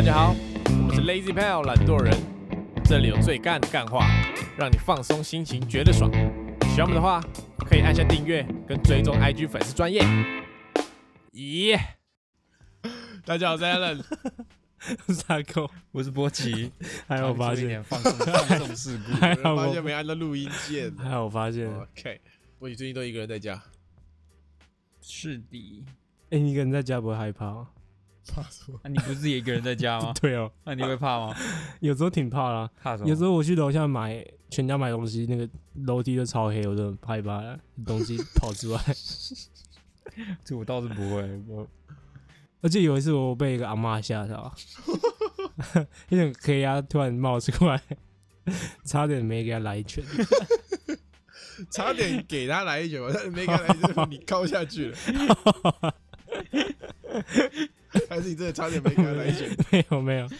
大家好，我们是 Lazy Pal 懒惰人，这里有最干的干话，让你放松心情，觉得爽。喜欢我们的话，可以按下订阅跟追踪 IG 粉丝专页。咦、大家好，我是 Alan， 我是阿狗， 我是波奇， 还有我发现， 放纵事故， 还好发现没按到录音键。 还好我发现， OK， 我最近都一个人在家， 是的。 你一个人在家不会害怕吗？ 怕什么？ 那、你不是也一个人在家吗？ 对哦， 那、你会怕吗？ 有时候挺怕啦。 怕什么？ 有时候我去楼下全家买东西，那个楼梯都超黑，我都害怕东西跑出来。 这我倒是不会， 而且有一次我被一个阿嬷吓到，一种黑压突然冒出来，差点没给他来一拳。 差点给他来一拳，我差点没给他来一拳，你靠下去了。还是你真的差点没给他来一拳？ 没有，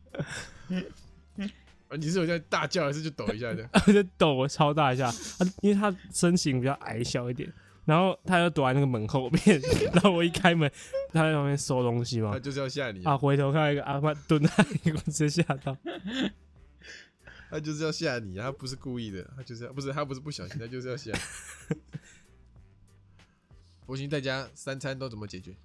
你是有在大叫，还是就抖一下的？ 就抖我超大一下，因为他身形比较矮小一点，然后他就躲在那个门后面，然后我一开门，他在旁边收东西嘛， 他就是要吓你回头看到一个阿嬷蹲在那里，我直接吓到。 他就是要吓你，他不是故意的，他就是要他不是不小心，他就是要吓你。博行在家三餐都怎么解决？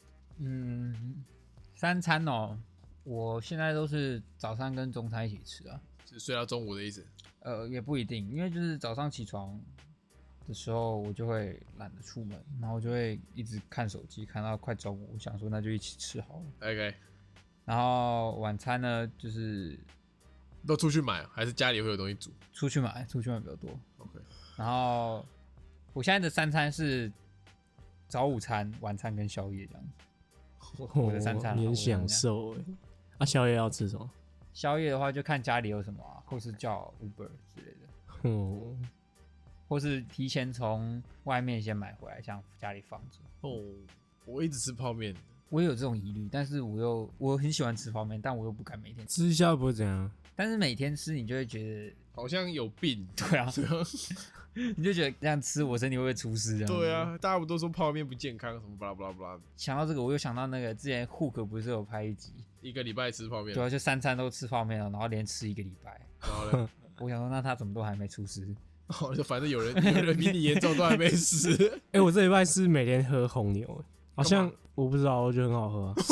三餐哦，我现在都是早餐跟中餐一起吃啊。 是睡到中午的意思？ 也不一定，因为就是早上起床的时候，我就会懒得出门，然后就会一直看手机，看到快中午，我想说那就一起吃好了。 OK， 然后晚餐呢，就是都出去买，还是家里会有东西煮？ 出去买比较多。 OK， 然后我现在的三餐是早午餐、晚餐跟宵夜这样子。我的三餐你很享受哎。宵夜要吃什么？ 宵夜的话就看家里有什么啊，或是叫 Uber 之类的。或是提前从外面先买回来，像家里放着。 我一直吃泡面。 我也有这种疑虑，但是我很喜欢吃泡面，但我又不敢每天吃。 吃一下不会怎样， 但是每天吃你就会觉得好像有病。 对啊，你就觉得这样吃我身体会不会出事这样？ 对啊，大家不都说泡面不健康，什么巴拉巴拉巴拉。 想到这个，我又想到那个之前 Hook 不是有拍一集， 一个礼拜吃泡面， 对啊，就三餐都吃泡面了，然后连吃一个礼拜。 然后呢？ 我想说，那他怎么都还没出事？ 就反正有人比你严重都还没死。 我这礼拜是每天喝红牛，好像我不知道，我觉得很好喝啊。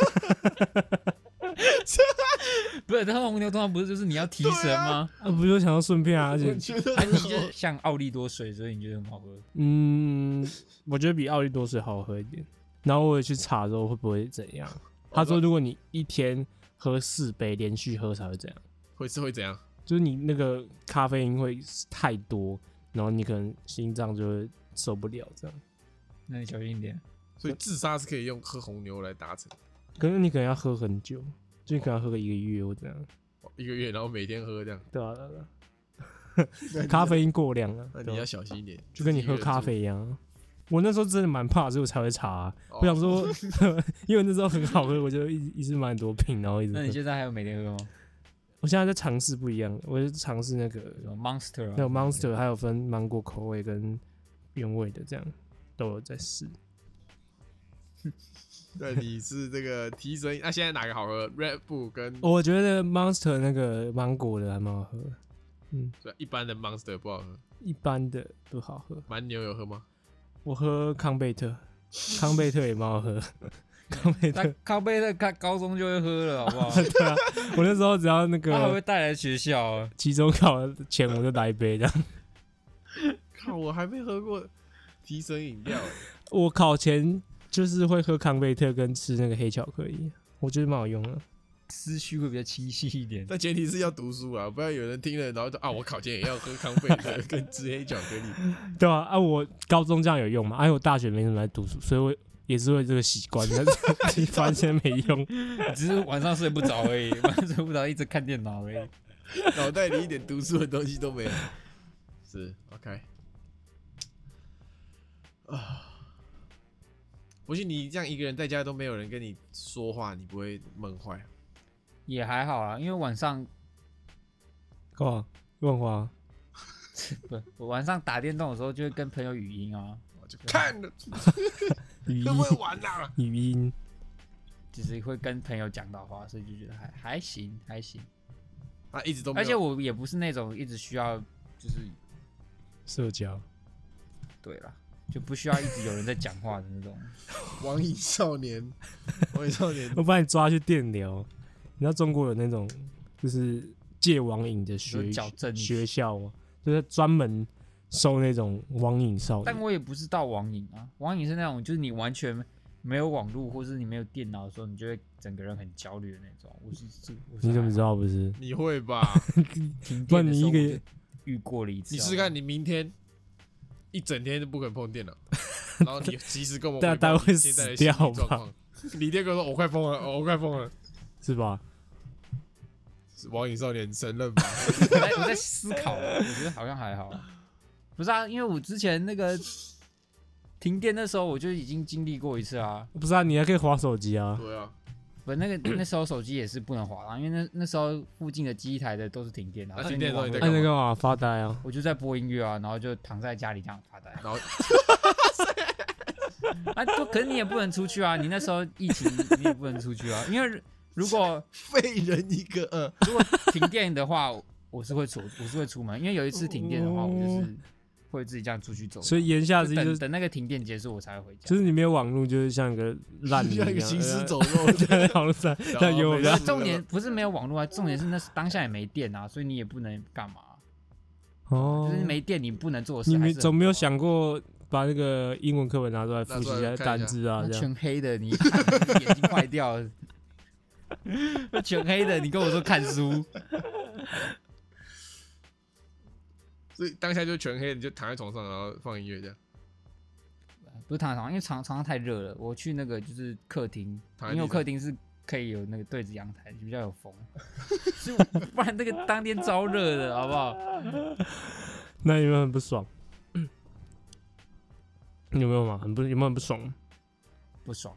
不是，喝红牛通常不是就是你要提神吗？ 不就想要顺便啊，而且我觉得还是你就像奥利多水，所以你觉得很好喝？ 我觉得比奥利多水好喝一点。然后我也去查说会不会怎样，他说如果你一天喝4杯，连续喝才会这样。会怎样？ 就是你那个咖啡因会太多，然后你可能心脏就会受不了这样。 那你小心一点。 所以自杀是可以用喝红牛来达成， 可是你可能要喝很久，就你可能要喝个1个月或这样。 1个月，然后每天喝这样。 对啊。咖啡因过量啊， 那你要小心一点， 就跟你喝咖啡一样。我那时候真的蛮怕，所以我才会查。我想说，因为那时候很好喝，我就一直买很多瓶，然后一直喝。 那你现在还有每天喝吗？ 我现在在尝试不一样的，我就尝试那个什么 Monster， 还有 Monster， 还有分芒果口味跟原味的，这样都有在试。 对，你是这个提神。那现在哪个好喝 ？Red Bull 跟我觉得 Monster 那个芒果的还蛮好喝的。 对，一般的 Monster 不好喝， 一般的不好喝。 蛮牛有喝吗？ 我喝康贝特，康贝特也蛮好喝。康贝特高中就会喝了，好不好？ 对啊，我那时候只要那个他还会带来学校啊。 期中考前我就来一杯这样。 靠，我还没喝过提神饮料。 我考前就是会喝康贝特跟吃那个黑巧克力，我觉得蛮好用的。 思绪会比较清晰一点， 但前提是要读书啊，不然有人听了然后就我考前也要喝康贝特跟吃黑巧克力。 对啊，我高中这样有用嘛？我大学没什么在读书，所以我也是会这个习惯，但是发现没用， 只是晚上睡不着而已，晚上睡不着一直看电脑而已， 脑袋里一点读书的东西都没有。是 OK 啊。不信你这样一个人在家都没有人跟你说话，你不会闷坏？ 也还好啦，因为晚上干嘛问话？ 不，我晚上打电动的时候就会跟朋友语音啊， 就看了， 语音会不会玩啊？ 语音就是会跟朋友讲到话，所以就觉得还行。 他一直都没有， 而且我也不是那种一直需要就是社交。 对啦，就不需要一直有人在讲话的那种。 网瘾少年，网瘾少年， 我把你抓去电疗。你知道中国有那种就是戒网瘾的矫正学校吗？就是专门收那种网瘾少年。 但我也不是到网瘾啊，网瘾是那种就是你完全没有网络或是你没有电脑的时候，你就会整个人很焦虑的那种。我是你怎么知道不是？ 你会吧？ 停不然你一个电的时候我就遇过了一次。 你试试看，你明天一整天都不肯碰电脑，然后你及时跟我们大概会死掉吧？ 你第二个说我快疯了，我快疯了， 是吧？ 网瘾少年承认吧？ 我在思考，我觉得好像还好。不是啊，因为我之前那个停电那时候我就已经经历过一次啊。 不是啊，你还可以滑手机啊。 对啊， 不，那时候手机也是不能滑啊，因为那时候附近的机台的都是停电的、啊， 停电的时候你在那干嘛？发呆啊？ 我就在播音乐啊，然后就躺在家里这样发呆。 然后啊，可是你也不能出去啊，你那时候疫情你也不能出去啊，因为如果废人一个， 如果停电的话，我是会出门，因为有一次停电的话，我就是会自己这样出去走。 所以言下之意就是等那个停电结束，我才会回家。 就是你没有网络，就是像个烂人一样， 像一个行尸走肉在网络上，像有然后重点不是没有网络啊，重点是那当下也没电啊，所以你也不能干嘛。 哦， 就是没电，你不能做的事。 你总没有想过把那个英文课本拿出来复习一下单字啊？这样全黑的，你眼睛坏掉了。全黑的，你跟我说看书， 所以当下就全黑，你就躺在床上，然后放音乐这样。 不是躺在床上，因为床上太热了。我去那个就是客厅，因为我客厅是可以有那个对着阳台，比较有风，所以不然那个当天超热的，好不好？ 那有没有很不爽？有没有嘛？有没有很不爽？ 不爽。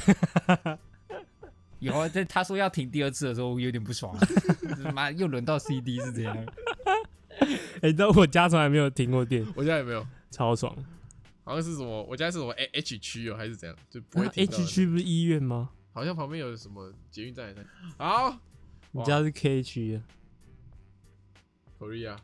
有啊，在他说要停第二次的时候，我有点不爽。妈，又轮到 CD 是这样。 你知道我家从来没有停过电， 我家也没有， 超爽。 好像是什么，我家是什么 H 区哦，还是怎样，就不会停到。 H 区不是医院吗？ 好像旁边有什么捷运站。好， 你家是 K 区啊 Korea。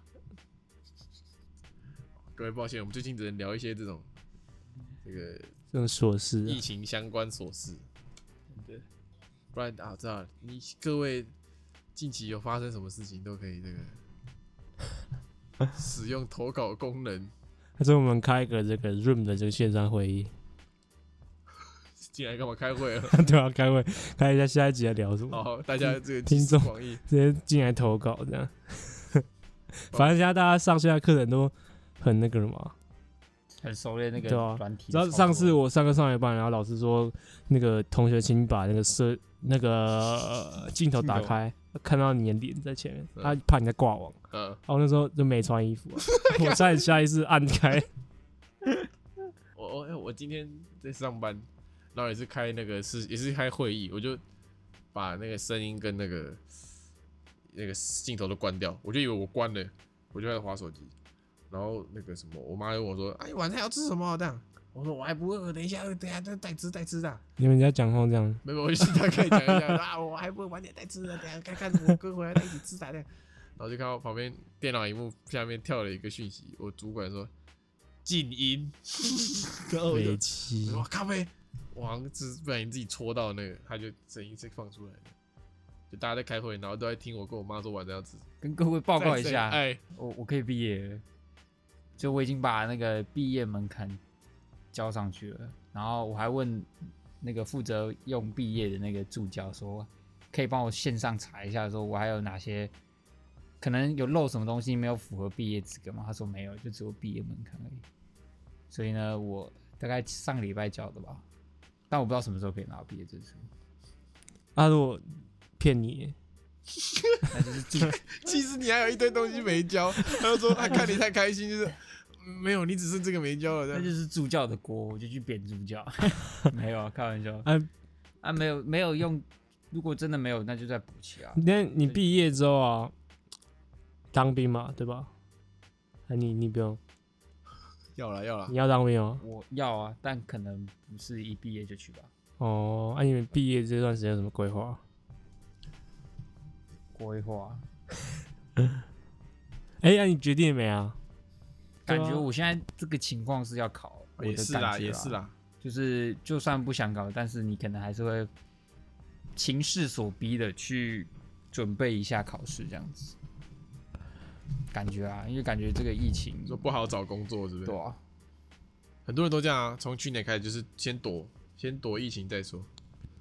各位抱歉，我们最近只能聊一些这种这种琐事、 疫情相关琐事。对，不然知道你各位近期有发生什么事情都可以使用投稿功能。 还是我们开一个这个 Room 的这个线上会议？ 进来干嘛开会了？ 对啊，开会开一下下一集要聊什么？ 好，大家这个听众广义直接进来投稿这样。反正现在大家上线的课程都很那个了嘛， 很熟练那个软体。 知道上次我上课上一半，然后老师说那个同学，请你把那个镜头打开，看到你的脸在前面，他怕你在挂网。然后那时候就没穿衣服、啊，我差点下意识按开。 我今天在上班，然后也是开也是开会议，我就把那个声音跟那个镜头都关掉，我就以为我关了，我就开始滑手机，然后那个什么，我妈就问我说：“哎，晚上要吃什么？”这样，我说：“我还不饿，等一下再吃的。” 你们家讲话这样？ 没有，我就大概讲一下啊，我还不会晚点再吃的，等一下看我哥回来再一起吃的。然后就看到旁边电脑萤幕下面跳了一个讯息，我主管说静音， 北七， 哇咖啡，我好像是不小心自己戳到那个，他就声音是放出来的，就大家在开会，然后都在听我跟我妈说晚上要吃。 跟各位报告一下， 哎， 我可以毕业了，就我已经把那个毕业门槛交上去了，然后我还问那个负责用毕业的那个助教说，可以帮我线上查一下，说我还有哪些可能有漏什么东西没有符合毕业资格吗？他说没有，就只有毕业门槛而已。所以呢，我大概上个礼拜交的吧，但我不知道什么时候可以拿到毕业证书。 如果骗你， 那就是其实你还有一堆东西没交，他就说他看你太开心，就是没有，你只剩这个没交了。 那就是助教的锅，我就去扁助教。没有，开玩笑。没有用。如果真的没有，那就再补齐啊。 那你毕业之后啊，当兵嘛，对吧？你不用。 要了， 你要当兵吗？ 我要啊，但可能不是一毕业就去吧。 哦，你们毕业这段时间有什么规划？你决定了没啊？ 感觉我现在这个情况是要考，我的感觉也是啦， 就是就算不想考，但是你可能还是会情势所逼的去准备一下考试这样子。感觉啊，因为感觉这个疫情说不好找工作，是不是？ 对啊， 很多人都这样啊，从去年开始就是先躲疫情再说。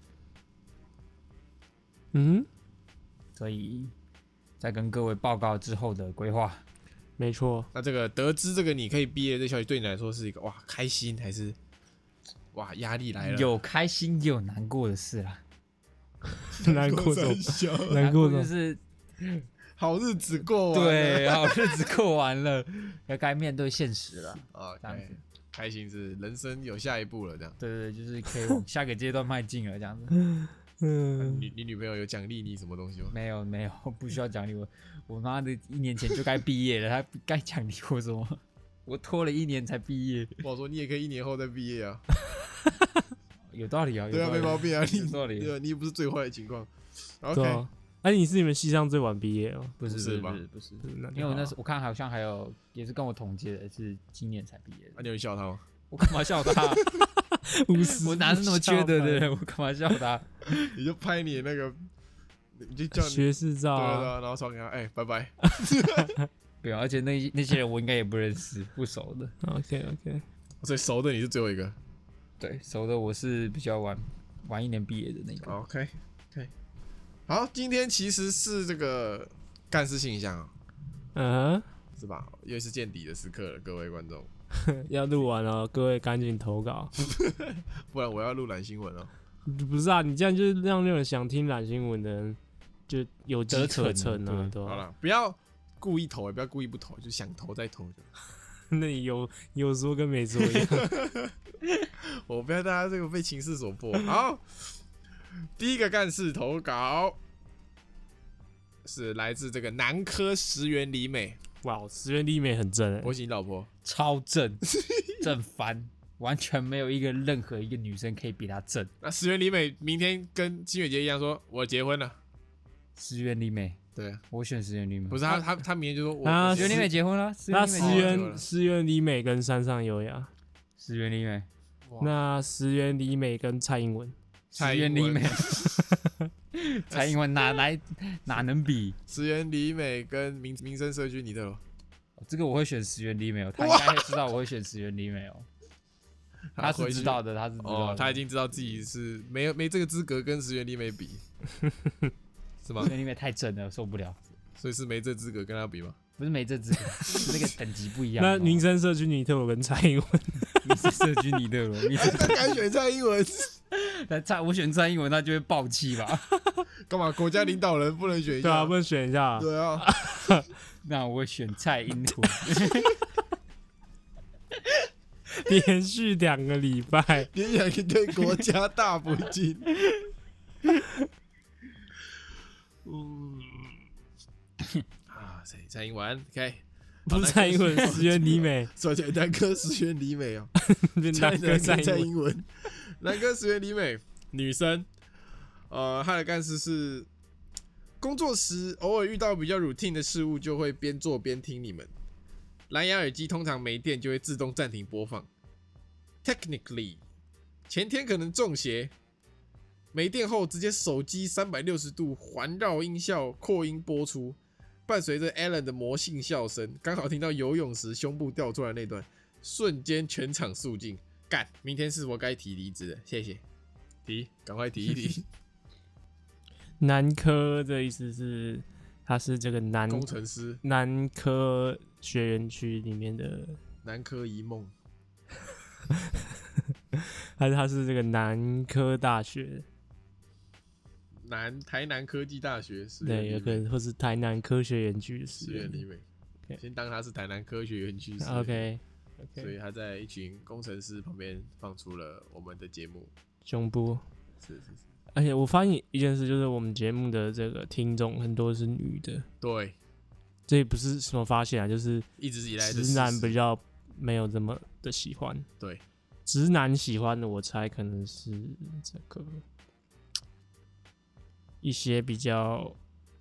所以再跟各位报告之后的规划。 没错。 那这个得知这个你可以毕业的消息，对你来说是一个哇开心，还是哇压力来了？ 有开心也有难过的事啦。 难过就是好日子过完了， 对，好日子过完了，要该面对现实了。这样子， 开心是人生有下一步了，这样。 对，就是可以往下个阶段迈进了，这样子。 你女朋友有奖励你什么东西吗？ 没有，不需要奖励我。我妈的1年前就该毕业了，她该奖励我什么？我拖了1年才毕业。 我说你也可以1年后再毕业啊。 有道理啊， 对啊，没毛病啊， 有道理。 对啊，你也不是最坏的情况。 OK。你是你们系上最晚毕业哦？ 不是，因为我那时我看好像还有也是跟我同届的，是今年才毕业的。 你有笑他吗？ 我干嘛笑他？我哪是那么缺德的人？我干嘛笑他？ 你就拍你那个，你就叫学士照啊，然后传给他，拜拜。 对啊，而且那些人我应该也不认识，不熟的。 OK， 所以熟的你是最后一个。 对，熟的我是比较晚1年毕业的那个。 OK， 好，今天其实是这个干事信箱是吧？又是见底的时刻了，各位观众。 要录完了，各位赶紧投稿， 不然我要录懒新闻了。 不是啊，你这样就是让那种想听懒新闻的人就有机可乘啊，对吧？ 好了，不要故意投，也不要故意不投，就想投再投就。 那你有说跟没说一样。 我不要大家这个被情势所迫。好，第一个干事投稿是来自这个南科石原里美。 哇，石原里美很正我是你老婆， 超正，正翻，完全没有任何一个女生可以比她正。 那石原里美明天跟金月杰一样说，我结婚了。 石原里美， 对， 我选石原里美。 不是他明天就说石原里美结婚了。 那石原里美跟山上优雅。 石原里美。 那石原里美跟蔡英文。 石原里美。蔡英文哪能比？ 石原里美跟民生社区尼特罗， 这个我会选石原里美哦，他应该会知道我会选石原里美哦。他是知道的， 他已经知道自己是没这个资格跟石原里美比，是吗？ 石原里美太正了，受不了， 所以是没这资格跟他比吗？ 不是没这资格，是那个等级不一样。 那民生社区尼特罗跟蔡英文， 民生社区尼特罗， 他敢选蔡英文？ 我选蔡英文，他就会爆气吧？ 干嘛？国家领导人不能选一下？ 对啊，不能选一下。 对啊。 那我会选蔡英文。 连续2个礼拜， 连两个对国家大不敬。蔡英文 ，OK， 不是蔡英文，石原里美， 说起来南科石原里美哦， 南科蔡英文，南科石原里美，女生，她的干事是工作时偶尔遇到比较 routine 的事物，就会边做边听你们。蓝牙耳机通常没电就会自动暂停播放。Technically， 前天可能中邪，没电后直接手机360度环绕音效扩音播出。伴随着 Alan 的魔性笑声，刚好听到游泳时胸部掉出来那段，瞬间全场肃静。干，明天是我该提离职的，谢谢。赶快提一提。 南科的意思是，他是这个工程师， 南科学园区里面的南科一梦， 还是他是这个南科大学？ 台南科技大学， 对，有可能，或是台南科学园区石原里美，先当他是台南科学园区。 OK， 所以他在一群工程师旁边放出了我们的节目。 胸部是。 而且我发现一件事，就是我们节目的这个听众很多是女的。 对， 这也不是什么发现啊，就是一直以来直男比较没有这么的喜欢。 对， 直男喜欢的，我猜可能是这个一些比较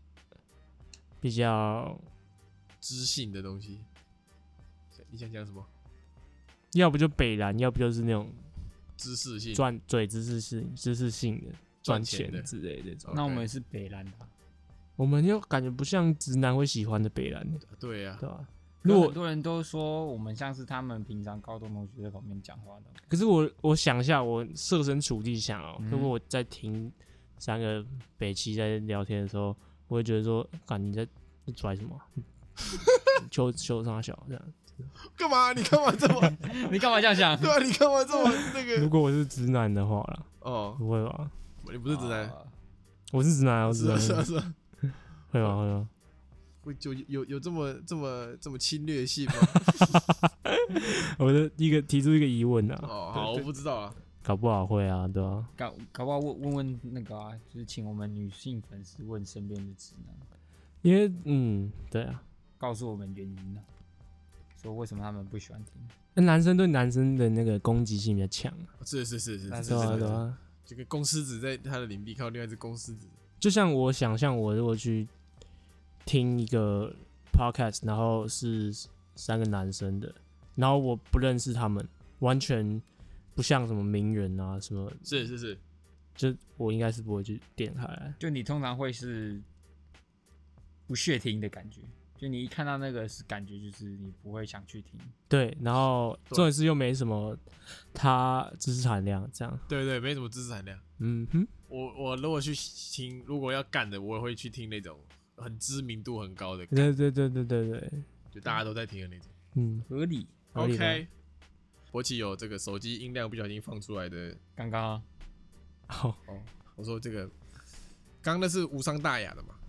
知性的东西。你想讲什么？ 要不就北蓝，要不就是那种知识性知识性的赚钱的之类的。 那我们也是北蓝的、 我们又感觉不像直男会喜欢的北蓝。 对啊， 对吧？ 如果很多人都说我们像是他们平常高中同学在旁边讲话的。 可是我想一下，我设身处地想如果我在听3个北七在聊天的时候，我会觉得说，你在拽什么？求上小这样。 干嘛？你干嘛这么？ 你干嘛这样想？ 对啊，你干嘛这么那个？ 如果我是直男的话啦，不会吧？ 你不是直男？ 我是直男，我是直男。 是啊。 会吗？ 会就有这么侵略性吗？ 我的提出一个疑问啊。 好，我不知道啊。 搞不好会啊，对啊。 搞不好问那个啊，就是请我们女性粉丝问身边的直男， 因为对啊， 告诉我们原因啊。说为什么他们不喜欢听？ 那男生对男生的那个攻击性比较强啊。 是， 对啊。 这个公狮子在他的领地看到另外一只公狮子， 就像我想象，我如果去听一个 podcast， 然后是3个男生的，然后我不认识他们，完全不像什么名人啊什么， 是， 就我应该是不会去点开来。 就你通常会是不屑听的感觉。就你一看到那个是感觉就是你不会想去听， 对，然后重点是又没什么他知识含量，这样， 对，没什么知识含量。我如果去听，如果要干的，我会去听那种很知名度很高的， 对， 就大家都在听的那种， 合理。 OK， 博奇有这个手机音量不小心放出来的， 刚刚我说这个，刚那是无伤大雅的嘛？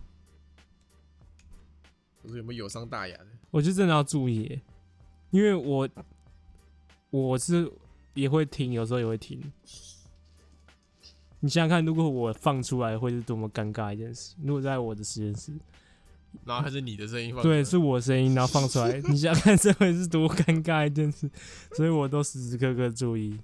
我说有没有伤大雅的？ 我就真的要注意耶，因为我是也会听，有时候也会听。你想想看，如果我放出来，会是多么尴尬一件事。如果在我的实验室， 然后还是你的声音放出来， 对，是我的声音，然后放出来，你想想看，这会是多尴尬一件事。所以我都时时刻刻注意。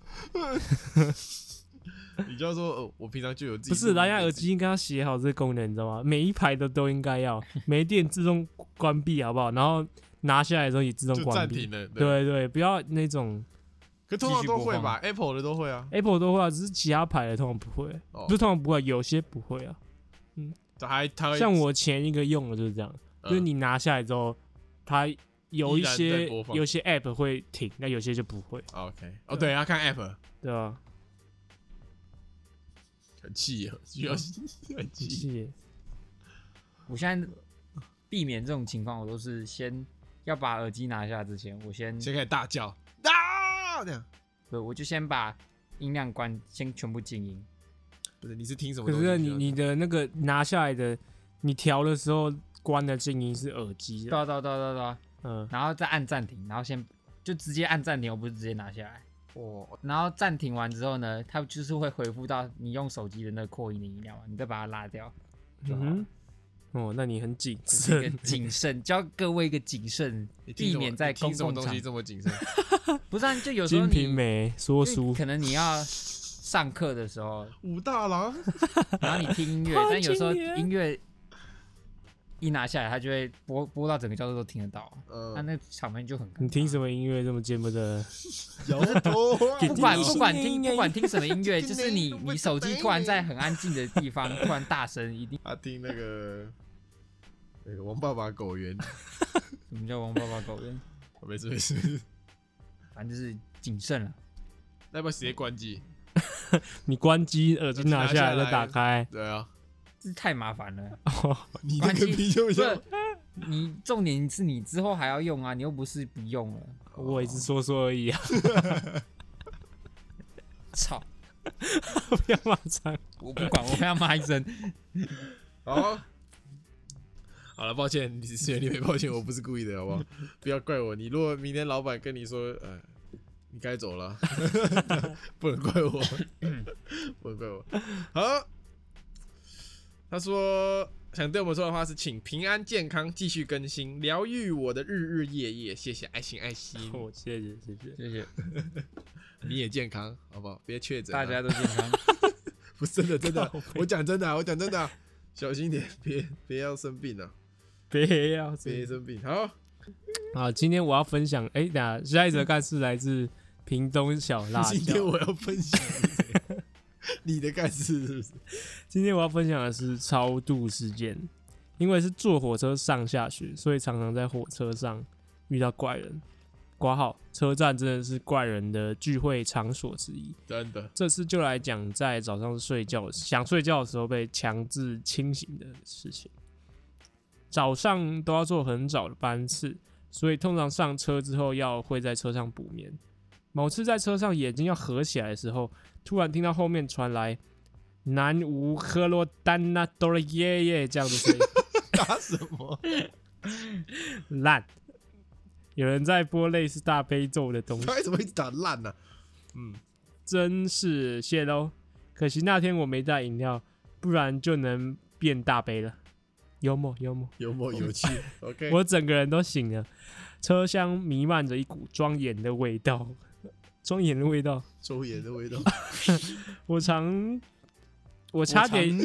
你就要说，我平常就有自己。 不是，蓝牙耳机应该要写好这个功能，你知道吗？每一排的都应该要，没电自动关闭，好不好？然后拿下来的时候也自动关闭。 就暂停了。 对，不要那种。 可通常都会吧 ，Apple 的都会啊。 Apple 都会啊，只是其他牌的通常不会，不是通常不会，有些不会啊。 它像我前一个用的就是这样，就是你拿下来之后，它有一些App 会停，那有些就不会。 OK， 对，要看 App， 对啊。 很气啊，需要很气。 我现在避免这种情况，我都是先要把耳机拿下之前，我先开始大叫这样。 对，我就先把音量关，先全部静音。 不是，你是听什么东西？ 可是你的那个拿下来的，你调的时候关的静音是耳机。 对。然后再按暂停，然后就直接按暂停，我不是直接拿下来。然后暂停完之后呢，它就是会回复到你用手机的那个扩音的音量嘛，你再把它拉掉。 那你很谨慎，一个谨慎，教各位一个谨慎，避免在公共场。 东西这么谨慎？ 不是啊，就有时候金瓶梅说书， 可能你要上课的时候， 武大郎， 然后你听音乐，但有时候音乐一拿下来，它就会播到整个教室都听得到，那场面就很尴尬。 你听什么音乐这么见不得？ 不管听什么音乐，就是你手机突然在很安静的地方突然大声，一定。 他听那个王爸爸狗园。 什么叫王爸爸狗园？ 没事， 反正就是谨慎了。 那要不要直接关机？ 你关机，耳机拿下来再打开。 对啊。 这太麻烦了。 你那个啤酒箱， 你重点是你之后还要用啊，你又不是不用了。 我也是说而已啊。 操！ 不要骂脏， 我不管，我要骂一声。 好了，抱歉，你没抱歉，我不是故意的，好不好？不要怪我。你如果明天老板跟你说，你该走了，不能怪我，不能怪我。好。他说想对我们说的话是，请平安健康继续更新，疗愈我的日日夜夜，谢谢爱心。 谢谢。 你也健康，好不好？别确诊， 大家都健康。 不是真的，我讲真的，小心点，别要生病啊， 别要生病。好， 今天我要分享，等一下下一则干事来自屏东小辣椒。 今天我要分享你的干事是不是？ 今天我要分享的是超度事件，因为是坐火车上下学，所以常常在火车上遇到怪人。括号车站真的是怪人的聚会场所之一， 真的。 这次就来讲在早上想睡觉的时候被强制清醒的事情。早上都要坐很早的班次，所以通常上车之后会在车上补眠。某次在车上眼睛要合起来的时候，突然听到后面传来南无赫罗丹那多了耶耶这样的声音。 打什么？ 烂！有人在播类似大悲咒的东西。 他为什么一直打烂呢？ 真是谢喽。可惜那天我没带饮料，不然就能变大悲了。幽默有趣。OK， 我整个人都醒了，车厢弥漫着一股庄严的味道。我差点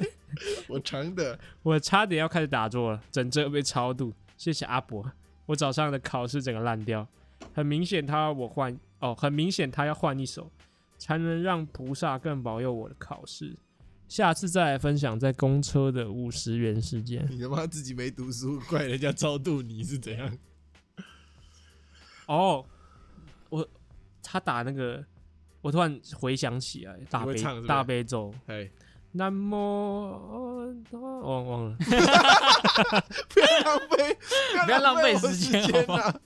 要开始打坐了，整车被超度。谢谢阿伯。我早上的考试整个烂掉，很明显他要换一手，才能让菩萨更保佑我的考试。下次再来分享在公车的50元事件。 你他妈自己没读书，怪人家超度你是怎样？ 他打那个，我突然回想起来大悲咒。南无忘了， 不要浪费时间啊！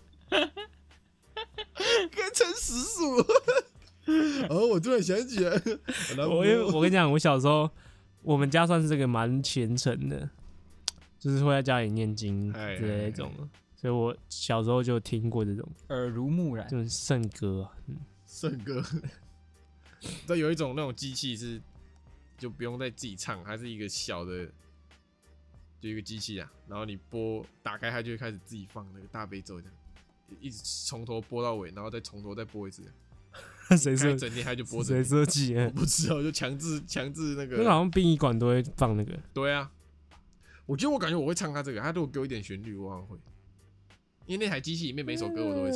该乘时数。我突然想起来， 我跟你讲，我小时候我们家算是这个蛮虔诚的，就是会在家里念经之类的那种，所以我小时候就听过这种耳濡目染， 就是圣歌。 圣歌，都有一种那种机器是。就不用再自己唱，它是一个小的，就一个机器啊。然后你打开它就会开始自己放那个大悲咒，这样一直从头播到尾，然后再从头再播一次。 谁说整天它就播？ 谁设计？ 我不知道，就强制那个。 那好像殡仪馆都会放那个。 对啊，我感觉我会唱它这个，它如果给我一点旋律，我好像会。因为那台机器里面每首歌我都会唱。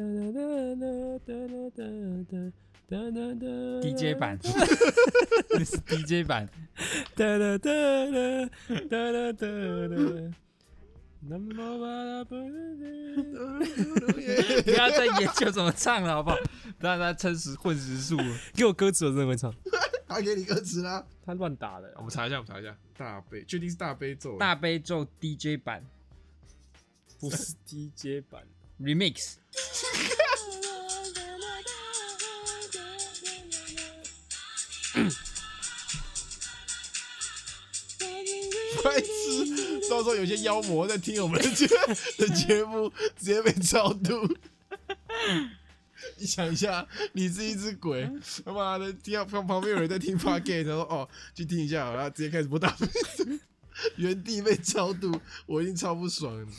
DJ 版，那是 DJ 版。 不要再研究怎么唱了，好不好？让他混时数。 给我歌词，我真的会唱。 他给你歌词啦， 他乱打的。 我们查一下，确定是大悲咒。 大悲咒 DJ 版， 不是 DJ 版 ，Remix。 白痴！到时候有些妖魔在听我们的节目，直接被超度。你想一下，你是一只鬼，他妈的，听到旁边有人在听 Podcast， 他说去听一下好了，直接开始播大悲咒，原地被超度，我已经超不爽了。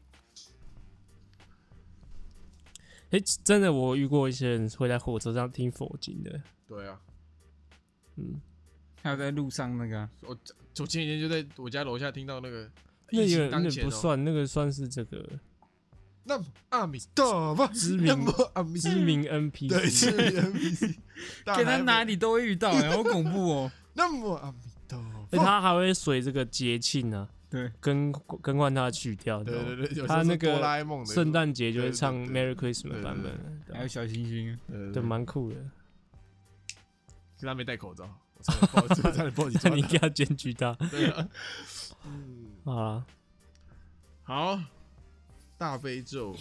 真的，我遇过一些人会在火车上听佛经的。 对啊， 还有在路上那个， 我前几天就在我家楼下听到那个， 那不算，那个算是这个。 那么阿弥陀佛， 知名 NPC， 对，知名 NPC， 给他哪里都会遇到，好恐怖哦。 那么阿弥陀佛， 他还会随这个节庆啊， 对， 更换他的曲调。 对， 他那个圣诞节就会唱 Merry Christmas 版本， 还有小星星， 对，蛮酷的。 是他没戴口罩，我差点报警抓他。 你应该要检举他。 对啊， 好啦， 好。大悲咒，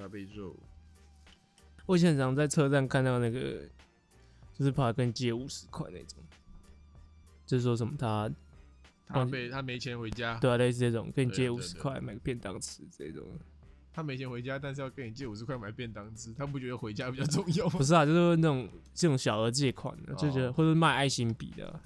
我以前常在车站看到那个，就是怕跟你借50块那种，就是说什么他没钱回家， 对啊，类似这种跟你借50块买个便当吃这种。 他没钱回家，但是要跟你借50块买便当吃，他不觉得回家比较重要吗？ 不是啊，就是那种这种小额借款的，就觉得或者卖爱心笔的。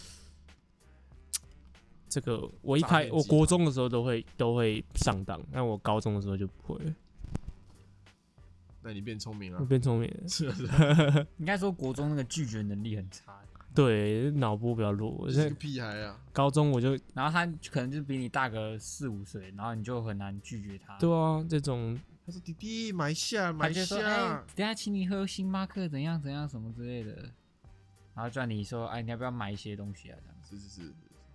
这个我国中的时候都会上当，但我高中的时候就不会。 那你变聪明了， 我变聪明了。 是应该说国中那个拒绝能力很差。 对，脑波比较弱。我是个屁孩啊！ 高中我就， 然后他可能就比你大个4-5岁，然后你就很难拒绝他。 对啊，这种他说弟弟买下他就说等下请你喝星巴克怎样怎样什么之类的，然后叫你说你要不要买一些东西啊？这样是，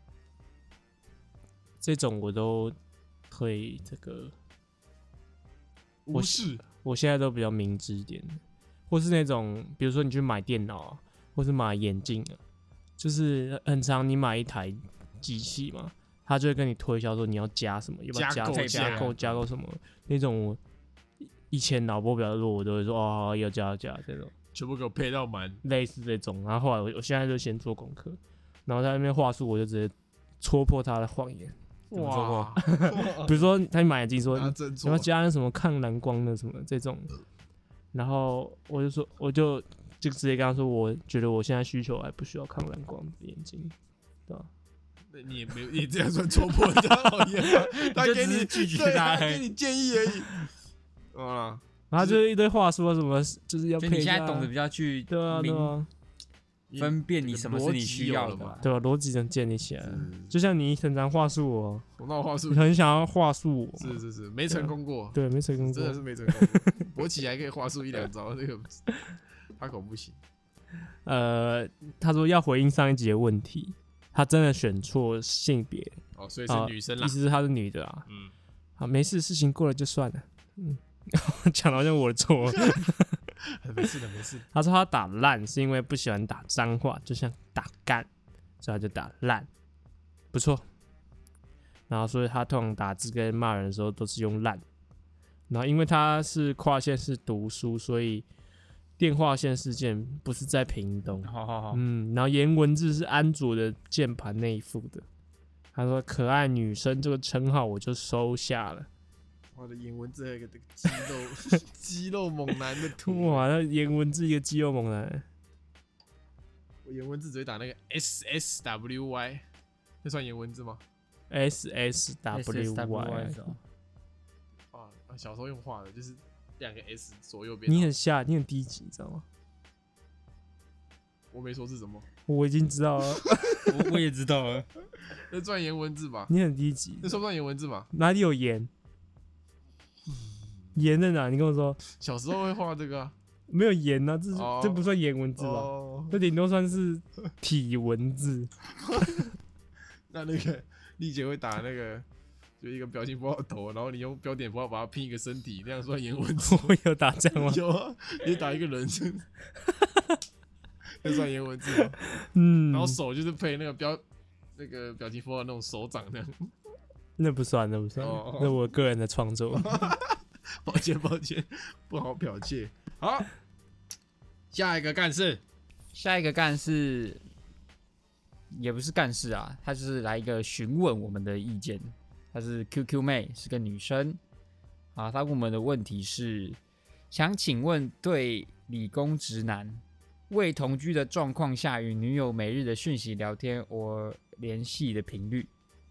这种我都会这个无视。 我现在都比较明智一点，或是那种比如说你去买电脑啊，或是买眼镜啊，就是很常你买一台机器嘛，他就会跟你推销说你要加什么，要不要加购什么那种。我以前脑波比较弱，我都会说哦要加这种， 全部给我配到满， 类似这种。然后后来我现在就先做功课，然后在那边话术我就直接戳破他的谎言。 哇！ 比如说他买眼镜说你要加那什么抗蓝光的什么这种，然后我就直接跟他说，我觉得我现在需求还不需要抗蓝光的眼镜，对吧？ 那你也没有，你这样算戳破人家谎言吗？他给你拒绝他， 给你建议而已。啊， 然后就是一堆话说什么，就是要配。 就你现在懂得比较去对啊， 分辨你什么是你需要的嘛？ 对吧？逻辑能建立起来，就像你很常话术我， 那我话术你很想要话术我， 是，没成功过， 对，没成功过， 真的是没成功过。勃起还可以话术1-2招，这个他可不行。 他说要回应上一集的问题，他真的选错性别哦，所以是女生啦， 意思是她是女的啊。好，没事，事情过了就算了。讲的好像我的错。 没事。 他说他打烂是因为不喜欢打脏话，就像打干，所以他就打烂，不错。然后所以他通常打字跟骂人的时候都是用烂。然后因为他是跨县市读书，所以电话线事件不是在屏东。 好， 然后颜文字是安卓的键盘那一副的。他说可爱女生这个称号我就收下了。 我的颜文字还有一个肌肉猛男的图。 哇，那颜文字一个肌肉猛男。 我颜文字只会打那个 SSWY， 那算颜文字吗 ？SSWY。 小时候用画的，就是2个 S 左右边。 你很低级，你知道吗？ 我没说是什么， 我已经知道了。 我也知道了。 那算颜文字吧？ 你很低级， 那算不算颜文字嘛？ 哪里有颜？颜在哪？你跟我说。 小时候会画这个啊？ 没有颜啊，这不算颜文字吧？这顶多算是体文字。 那个丽姐会打那个，就一个表情符号头，然后你用标点符号把它拼一个身体，那样算颜文字？ 我有打这样吗？ 有啊，你打一个人，那算颜文字吗？然后手就是配那个表情符号那种手掌那样。 那不算，那我个人的创作。 抱歉，不好剽窃。好，下一个干事也不是干事啊，他就是来一个询问我们的意见。她是 QQ 妹，是个女生啊。她问我们的问题是：想请问，对理工直男未同居的状况下，与女友每日的讯息聊天或联系的频率？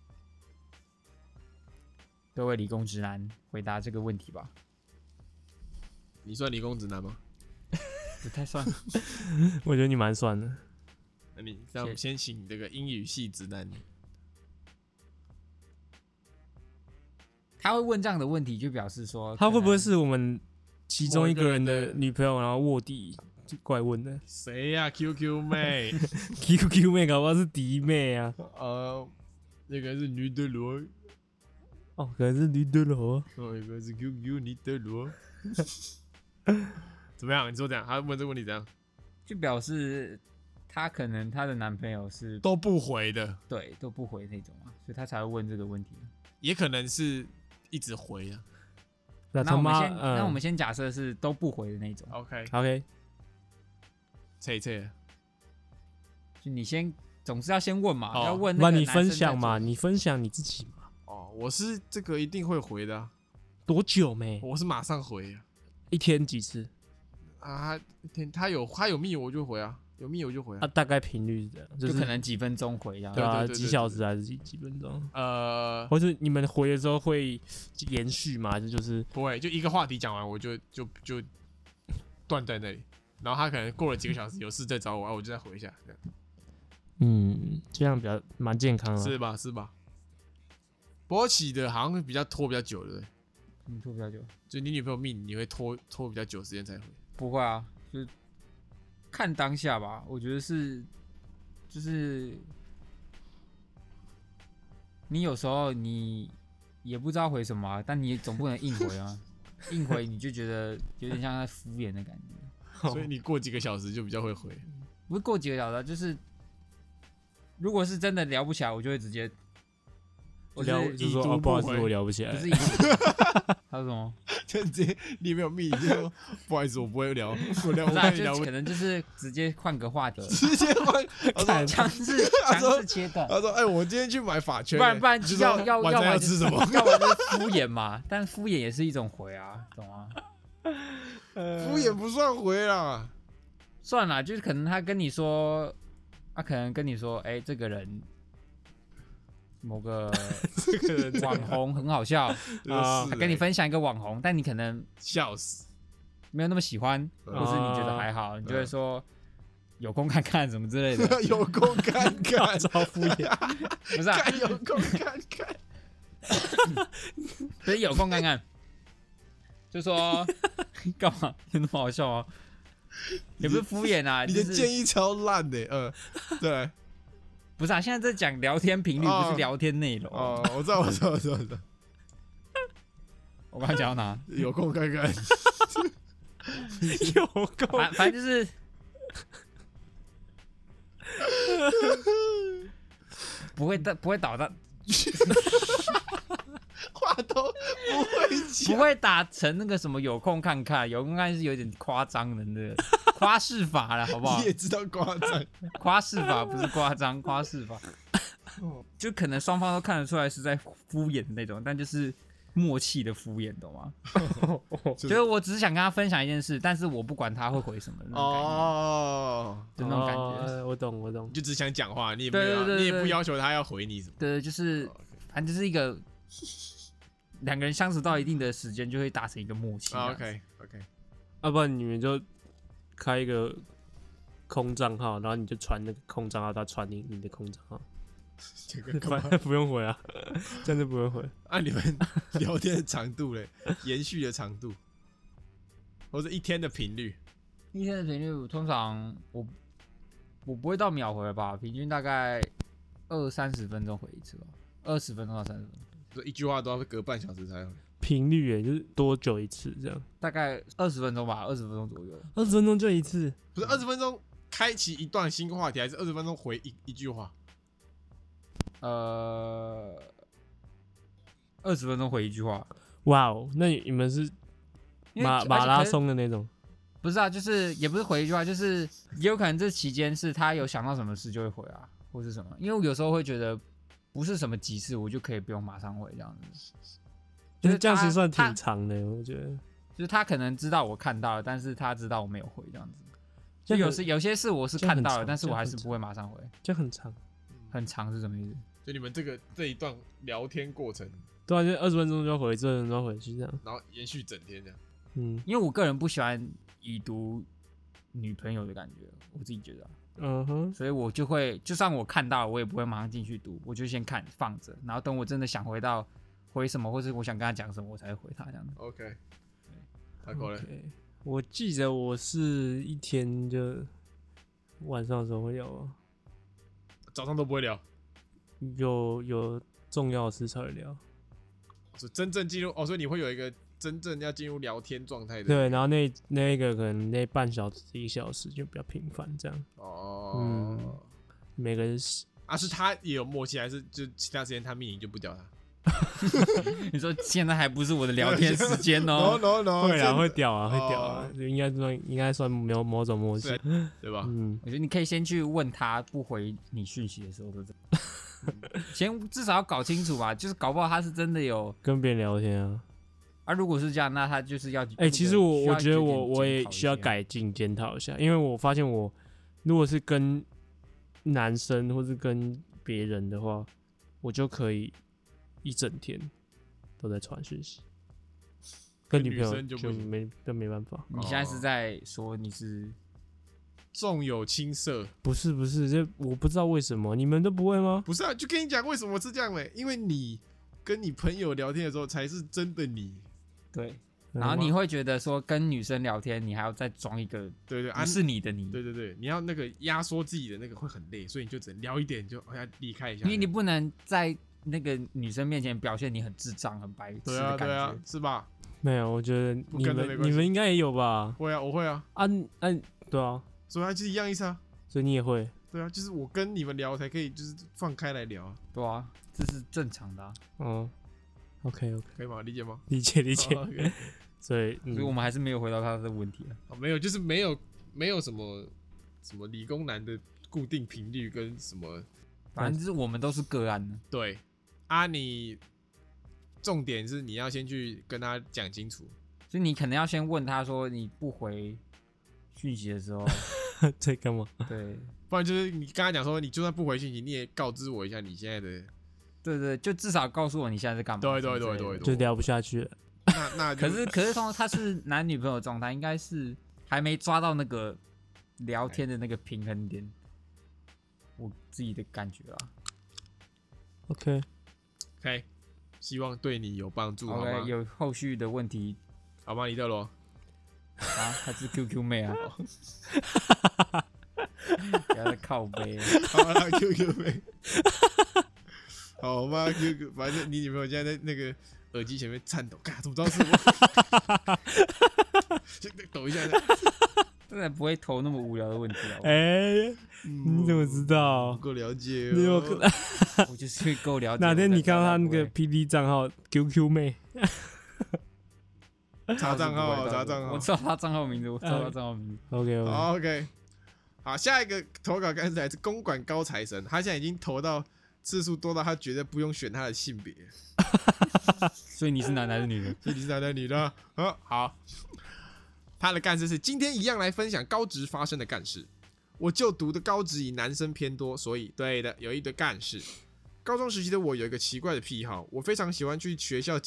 各位理工直男，回答这个问题吧。 你算理工直男吗？ 不太算。 我觉得你蛮算的。 那我们先请这个英语系直男。 他会问这样的问题，就表示说他会不会是我们其中一个人的女朋友，然后卧底就过来问的？ 谁呀？QQ 妹 ，QQ 妹搞不好是弟妹啊。 那个是女的罗。 哦，可能是女的罗。 哦，一个是 QQ 女的罗。怎么样？你说这样，他问这个问题怎样？ 就表示他可能他的男朋友是都不回的， 对，都不回那种啊，所以他才会问这个问题。 也可能是一直回啊。 那我们先假设是都不回的那种。 OK。 测， 就你总是要先问嘛，要问那你分享嘛，你分享你自己嘛。 我是这个一定会回的啊。 多久没？ 我是马上回啊。 一天几次？ 一天他有密我就回啊，有密我就回啊。 大概频率是这样， 就可能几分钟回啊。 对啊，几小时还是几分钟？ 或者你们回的时候会延续吗？还是就是不会，就一个话题讲完我就断在那里，然后他可能过了几个小时有事再找我，我就再回一下，这样。 这样蛮健康的， 是吧？是吧？勃起的好像会比较拖比较久，对不对？ 拖比较久， 就你女朋友密你会拖比较久时间才回？ 不会啊，就是看当下吧。我觉得就是你有时候你也不知道回什么啊，但你总不能硬回啊，硬回你就觉得有点像在敷衍的感觉。 所以你过几个小时就比较会回。 不是过几个小时，就是如果是真的聊不起来，我就会直接。 就说不好意思，我聊不起来。 不是还有什么？ 就直接你没有密，你就说不好意思，我不会聊，我聊不是、啊， 不聊。 可能就是直接换个话题， 直接换， 强势切断。 他说：“哎，我今天去买法圈， 不然就要晚上要吃什么？ 要不然就是敷衍嘛，但敷衍也是一种回啊，懂吗？ 敷衍不算回啦， 算了，就是可能他跟你说，他可能跟你说，哎，这个人。”某个网红很好笑啊，跟你分享一个网红，但你可能笑死， 没有那么喜欢，或是你觉得还好，你就会说有空看看什么之类的。 有空看看， 超敷衍， 不是啊？ 有空看看， 不是有空看看，就说干嘛？有那么好笑吗？也不是敷衍啊， 你的建议超烂的，对。 不是啊，现在在讲聊天频率，不是聊天内容。 哦，我知道。 我刚才讲到哪？ 有空看看。 有空， 反正就是不会导到， 话都不会打成那个什么有空看看，有空看是有点夸张的那个夸饰法了，好不好？ 你也知道夸张， 夸饰法不是夸张，夸饰法，就可能双方都看得出来是在敷衍的那种，但就是默契的敷衍，懂吗？就是我只是想跟他分享一件事，但是我不管他会回什么那种感觉，就那种感觉。 我懂， 你就只想讲话，你也不要求他要回你什么。 对，就是反正就是一个两个人相处到一定的时间，就会达成一个默契。 OK， 要不然你们就开一个空账号，然后你就传那个空账号，他传你的空账号。反正不用回啊，真的不用回。 按你们聊天的长度嘞，延续的长度，或者一天的频率。 一天的频率，通常我不会到秒回吧，平均大概20-30分钟回一次吧，20分钟到30分钟。 就一句话都要隔半小时才回。 频率耶，就是多久一次这样？ 大概20分钟吧，20分钟左右。 20分钟就一次？ 不是20分钟开启一段新话题，还是20分钟回一句话 ？20分钟回一句话。 哇哦，那你们是马拉松的那种？ 不是啊，就是也不是回一句话，就是也有可能这期间是他有想到什么事就会回啊，或是什么。因为我有时候会觉得不是什么急事，我就可以不用马上回这样子。 就是这样其实算挺长的，我觉得。 就是他可能知道我看到了，但是他知道我没有回这样子。就有些事我是看到了，但是我还是不会马上回。 这很长， 很长是什么意思？ 就你们这一段聊天过程， 对啊，就20分钟就要回，20分钟就要回去这样， 然后延续整天这样。 因为我个人不喜欢已读女朋友的感觉，我自己觉得。所以我就会，就算我看到了，我也不会马上进去读，我就先看放着，然后等我真的想回什么，或是我想跟他讲什么，我才会回他这样子。 OK， 太够了。 我记得我是一天就晚上的时候会聊啊， 早上都不会聊。 有重要的事才会聊。 所以真正进入所以你会有一个真正要进入聊天状态的。 对，然后那个可能那半小时1小时就比较频繁这样。每个人是他也有默契，还是就其他时间他命你就不屌他？ 你说现在还不是我的聊天时间哦。 No， 会屌啊，应该算某种默契， 对吧？ 我觉得你可以先去问他，不回你讯息的时候都这样。先至少要搞清楚吧，就是搞不好他是真的有跟别人聊天啊。 如果是这样，那他就是要其实我觉得我也需要改进检讨一下，因为我发现我如果是跟男生或是跟别人的话，我就可以一整天都在传讯息， 跟女朋友女生就没办法。 你现在是在说你是重有轻色？ 不是，这我不知道为什么你们都不会吗？ 不是啊，就跟你讲为什么是这样嘞，因为你跟你朋友聊天的时候才是真的你。 对，然后你会觉得说跟女生聊天，你还要再装一个对不是你的你， 对，你要那个压缩自己的那个会很累，所以你就只能聊一点就要离开一下。 因为你不能在那个女生面前表现你很智障、很白痴的感觉， 对啊，是吧？ 没有，我觉得你跟着没关系们应该也有吧？ 会啊，我会啊， 对啊， 所以它就是一样意思啊。 所以你也会。 对啊，就是我跟你们聊才可以，就是放开来聊啊。 对啊，这是正常的啊。 OK， 可以吗？理解吗？ 理解。 Okay 所以我们还是没有回答他的问题啊。 没有，就是没有什么理工男的固定频率跟什么， 反正就是我们都是个案的。 对啊，你重点是你要先去跟他讲清楚， 所以你可能要先问他说你不回讯息的时候在干嘛？ 对， 不然就是你跟他讲说，你就算不回讯息，你也告知我一下你现在的。 对，就至少告诉我你现在在干嘛。 对， 就聊不下去了。 那可是通常他是男女朋友状态，应该是还没抓到那个聊天的那个平衡点，我自己的感觉啊。 OK， 希望对你有帮助，好吗？ 有后续的问题， 好吗？你的咯。 啊，还是 QQ 妹啊？不要再靠背。 好啦 ，QQ 妹。好吗 ？QQ， 反正你女朋友现在在那个耳机前面颤抖，干怎么知道是我？就抖一下。 真的不会投那么无聊的问题啊！ 你怎么知道？ 不够了解你有我就是够了解。 哪天你看到他那个 PD 账号 QQ 妹， 查账号， 我知道他账号名字， OK， 好，下一个投稿开始来自公馆高材生，他现在已经投到次数多到他觉得不用选他的性别， 所以你是男的还是女的？ 所以你是男的女的？好。他的干事是今天一样来分享高职发生的干事。我就读的高职以男生偏多，所以对的有一堆干事。高中时期的我有一个奇怪的癖好，我非常喜欢去学校的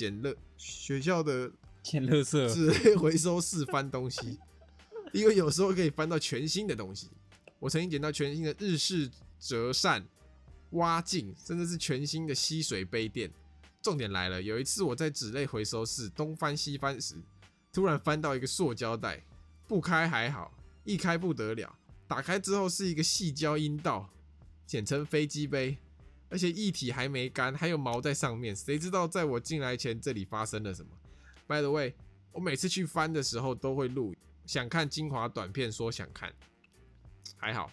捡垃圾纸类回收室翻东西，因为有时候可以翻到全新的东西。我曾经捡到全新的日式折扇、蛙镜，甚至是全新的吸水杯垫。重点来了，有一次我在纸类回收室东翻西翻时，突然翻到一个塑胶袋，不开还好，一开不得了。打开之后是一个矽胶阴道，简称飞机杯，而且液体还没干，还有毛在上面。谁知道在我进来前这里发生了什么 ？By the way， 我每次去翻的时候都会录，想看精华短片说想看，还好，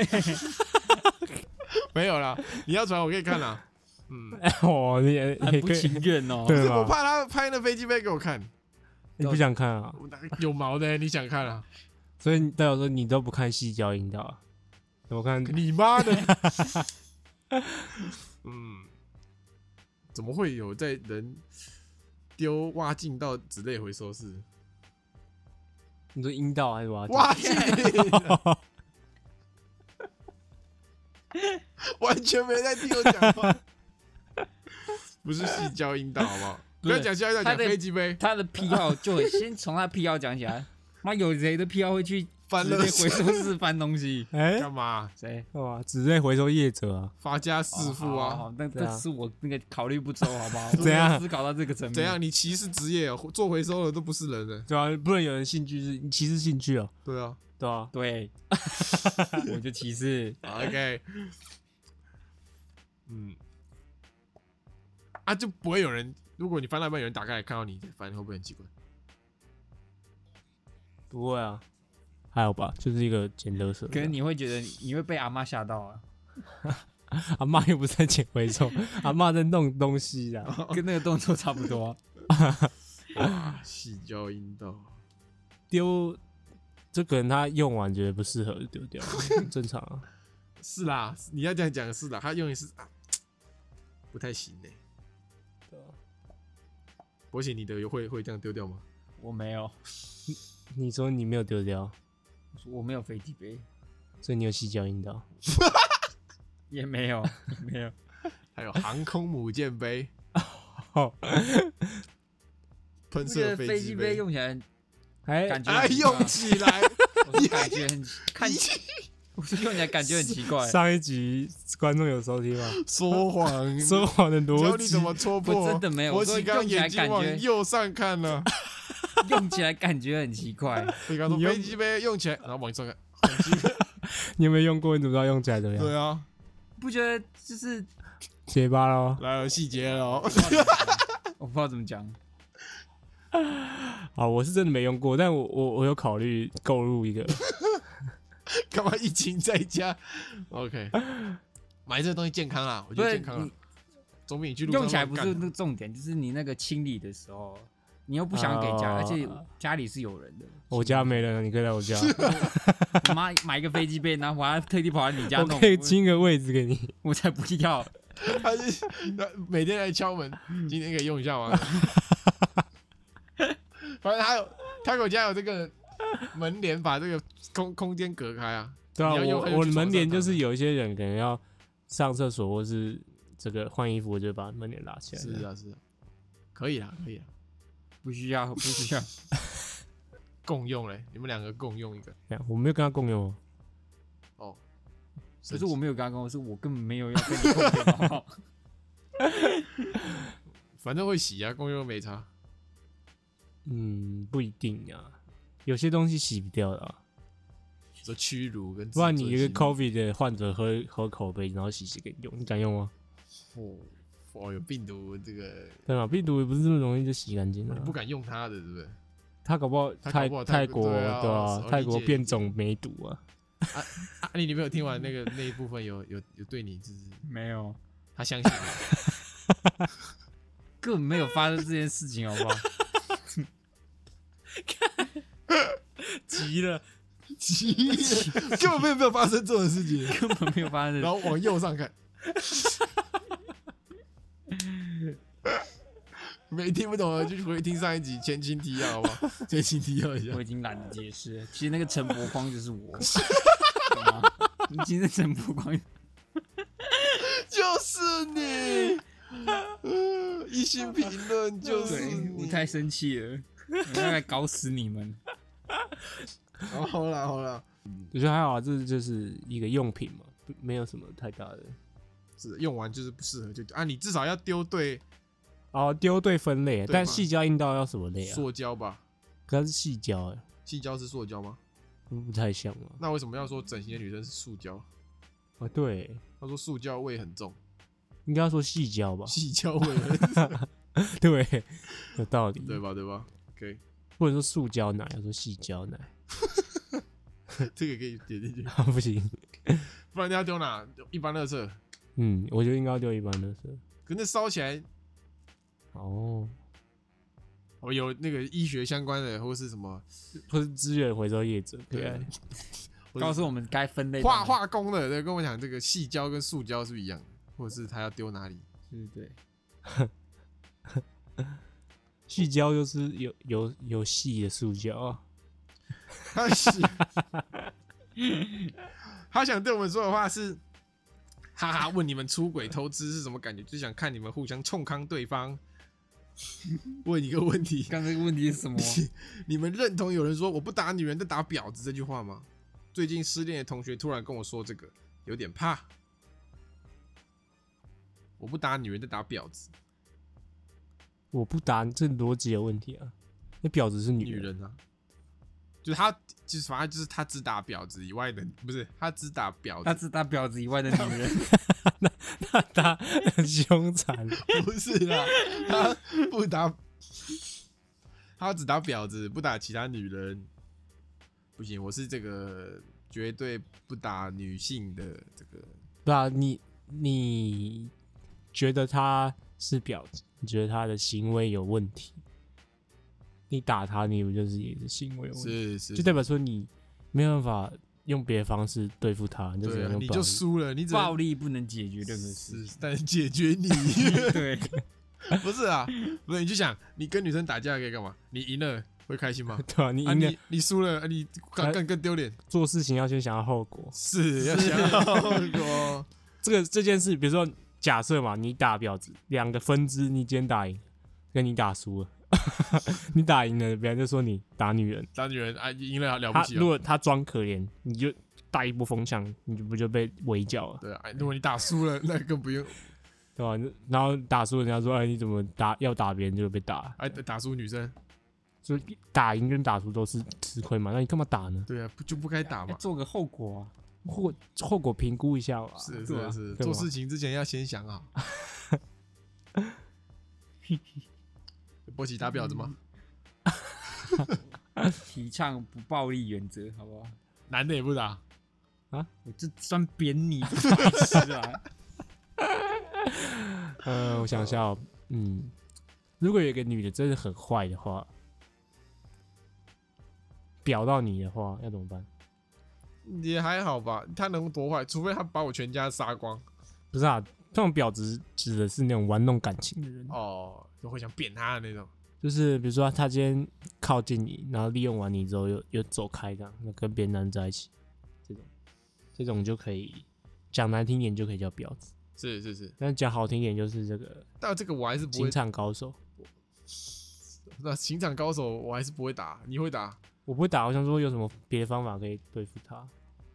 没有啦。你要传我可以看啦。 你很不情愿哦。 对我怕他拍那飞机杯给我看。 你不想看啊？ 有毛的，你想看啊？ 所以代表说你都不看矽胶阴道，我看你妈的！怎么会有在人丢蛙镜到纸类回收室？ 你说阴道还是蛙镜？ 蛙镜，完全没在听我讲话。不是矽胶阴道，好不好？不要讲矽胶阴道，讲飞机杯。 他的癖好就先从他癖好讲起来。妈，有谁的癖好会去翻回收室翻东西？ 干嘛？ 谁？ 哇，纸类回收业者啊， 发家致富啊！ 那是我那个考虑不周，好不好？ 怎样思考到这个层面？ 怎样？你歧视职业哦？做回收的都不是人了， 对啊，不能有人兴趣是你歧视兴趣哦。 对啊， 对啊， 对，我就歧视。 OK， 就不会有人。如果你翻到一半，有人打开来看到你在翻，会不会很奇怪？ 不会啊，还好吧，就是一个捡垃圾。 可是你会觉得你会被阿嬷吓到啊？ 阿嬷又不是在捡回收，阿嬷在弄东西啊， 跟那个动作差不多。 矽胶阴道丢，这可能他用完觉得不适合就丢掉，正常啊。 是啦，你要这样讲是啦，他用的是不太行呢。博喜，你的会这样丢掉吗？ 我没有。 你说你没有丢掉？ 我没有飞机杯， 所以你有矽胶阴道？ 也没有，没有。 还有航空母舰杯， 喷射飞机杯用起来，感觉用起来， 感觉很看起。我是用起来感觉很奇怪。 上一集观众有收听吗？ 说谎的逻辑， 教你怎么戳破？ 我真的没有。 我刚刚眼睛往右上看了， 用起来感觉很奇怪。 你刚说飞机杯用起来，然后往上看， 你有没有用过？你怎么知道用起来怎么样？ 对啊， 不觉得就是结巴咯？ 来有细节了， 我不知道怎么讲。 好，我是真的没用过，但我有考虑购入一个。 干嘛疫情在家 ？OK， 买这个东西健康啦，我觉得健康啦，总比你去路上用起来不是那个重点，就是你那个清理的时候，你又不想给家，而且家里是有人的。 我家没人，你可以来我家。 我妈买一个飞机杯，然后我还特地跑来你家弄， 我可以清个位置给你， 我才不要。 他是每天来敲门，今天可以用一下吗？反正他我家有这个门帘，把这个空间隔开啊。 对啊，我的门帘就是有一些人可能要上厕所或是这个换衣服，我就把门帘拉起来。 是啊，可以啦。 不需要。 共用嘞，你们两个共用一个。 我没有跟他共用哦。 可是我没有跟他共用，是我根本没有要跟你共用，好不好？ 反正会洗啊，共用没差。 不一定啊，有些东西洗不掉的啊。 说屈辱跟， 不然你一个 COVID 的患者喝口杯，然后洗给你用，你敢用吗？ 有病毒这个， 对吧？病毒也不是这么容易就洗干净的， 不敢用它的，对不对？ 他搞不好泰国对啊，泰国变种梅毒啊。 你女朋友听完那一部分有对你就是没有？ 他相信你， 根本没有发生这件事情，好不好？ 急了， 根本没有发生这种事情， 根本没有发生。 然后往右上看，没听不懂的就回听上一集前情提要，好不好？前情提要一下。 我已经懒得解释了，其实那个陈柏匡就是我。你今天陈柏匡就是你，一星评论就是你， 我太生气了，我要来搞死你们。 好啦， 我觉得还好啊，这就是一个用品嘛，没有什么太大的。 是用完就是不适合就你至少要丢对。 丢对分类，但矽胶硬道要什么类啊？ 塑胶吧， 可是矽胶哎， 矽胶是塑胶吗？ 不太像啊。 那为什么要说整形的女生是塑胶？ 对， 他说塑胶味很重， 应该要说矽胶吧？ 矽胶味很重， 对，有道理， 对吧？OK， 或者说塑胶奶，要说矽胶奶， 这个可以点进去， 不行， 不然你要丢哪？一般垃圾。 我觉得应该要丢一般垃圾。 可是烧起来。我有那个医学相关的，或是什么， 或是资源回收业者，对， 告诉我们该分类。 化工的，对，跟我讲这个矽胶跟塑胶是不是一样的，或者是他要丢哪里？ 对。 矽胶就是有细的塑胶啊。 他想对我们说的话是。哈哈，问你们出轨偷吃是什么感觉？就想看你们互相冲康对方。问一个问题， 刚才这个问题是什么？ 你们认同有人说我不打女人但打婊子这句话吗？最近失恋的同学突然跟我说这个，有点怕。我不打女人但打婊子， 我不打，这逻辑有问题啊！那婊子是女人啊，就是他。就是反正就是他只打婊子以外的，不是他只打婊子， 他只打婊子以外的女人， 那他很凶残， 不是啦，他不打，他只打婊子，不打其他女人，不行，我是这个绝对不打女性的这个。 对啊，你觉得他是婊子，你觉得他的行为有问题？你打他，你不就是也是行为有问题？是，就代表说你没有办法用别的方式对付他，你就只能用暴力， 你就输了。你暴力不能解决任何事， 但是解决你。 对， 不是啊，不是你去想，你跟女生打架可以干嘛？你赢了会开心吗？ 对啊，你赢了， 你输了，你更丢脸。 做事情要先想要后果， 是要想要后果。 这件事，比如说假设嘛，你打婊子，2个分支，你今天打赢，跟你打输了。 你打赢了，别人就说你打女人， 打女人啊，赢了了不起如果他装可怜，你就带一波风向，你就不就被围剿了？ 对啊，如果你打输了，那更不用， 对吧？然后打输人家说，哎，你怎么要打别人就被打？ 哎，打输女生， 所以打赢跟打输都是吃亏嘛，那你干嘛打呢？ 对啊，就不该打嘛。 做个后果啊， 后果评估一下吧。 是， 做事情之前要先想好。波奇打婊子吗？ 提倡不暴力原则，好不好？ 男的也不打啊？我这算扁你，白痴啊！ 我想一下哦，如果有一个女的真的很坏的话，婊到你的话，要怎么办？ 也还好吧，他能多坏？除非他把我全家杀光。 不是啊，这种婊子指的是那种玩弄感情的人哦，就会想扁他的那种。 就是比如说他今天靠近你，然后利用完你之后又走开，这样跟别的男人在一起，这种就可以讲难听点就可以叫婊子。 是， 但讲好听点就是这个。 但这个我还是不会。 情场高手。 那情场高手我还是不会打，你会打？ 我不会打，我想说有什么别的方法可以对付他。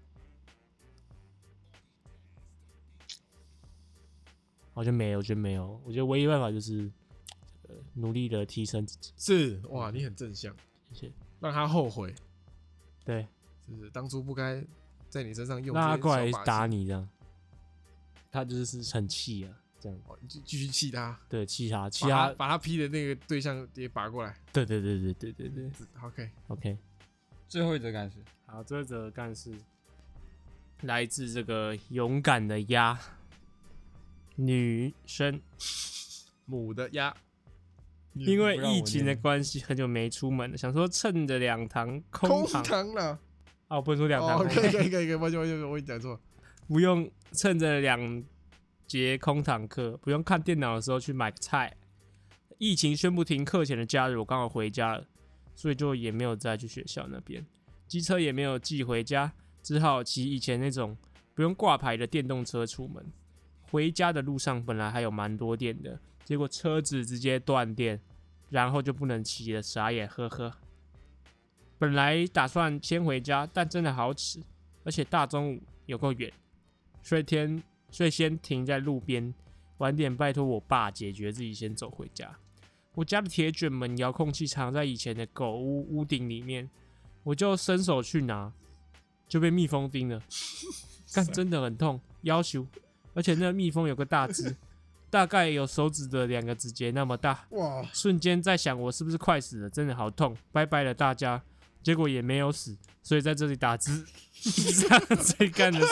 好像没有，我觉得没有。我觉得唯一办法就是努力的提升自己。 是哇，你很正向， 谢谢。 让他后悔。 对， 是当初不该在你身上用。 让他过来打你这样，他就是很气啊，这样。 就继续气他。 对，气他， 把他劈的那个对象也拔过来。 对。OK。 最后一则干事， 好，最后一则干事来自这个勇敢的鸭。女生， 母的鸭， 因为疫情的关系，很久没出门了，想说趁着2堂空堂了。 啊，我不能说2堂。 可以，抱歉，我讲错。 不用趁着2节空堂课，不用看电脑的时候去买个菜。疫情宣布停课前的假日，我刚好回家了，所以就也没有再去学校那边，机车也没有寄回家，只好骑以前那种不用挂牌的电动车出门。回家的路上本来还有蛮多电的，结果车子直接断电，然后就不能骑了，傻眼，呵呵。本来打算先回家，但真的好迟，而且大中午有够远，所以先停在路边，晚点拜托我爸解决，自己先走回家。我家的铁卷门遥控器藏在以前的狗屋顶里面，我就伸手去拿，就被蜜蜂叮了，干真的很痛，要求。而且那个蜜蜂有个大只，大概有手指的2个指节那么大。哇！瞬间在想我是不是快死了，真的好痛，拜拜了大家。结果也没有死，所以在这里打字，最干的事。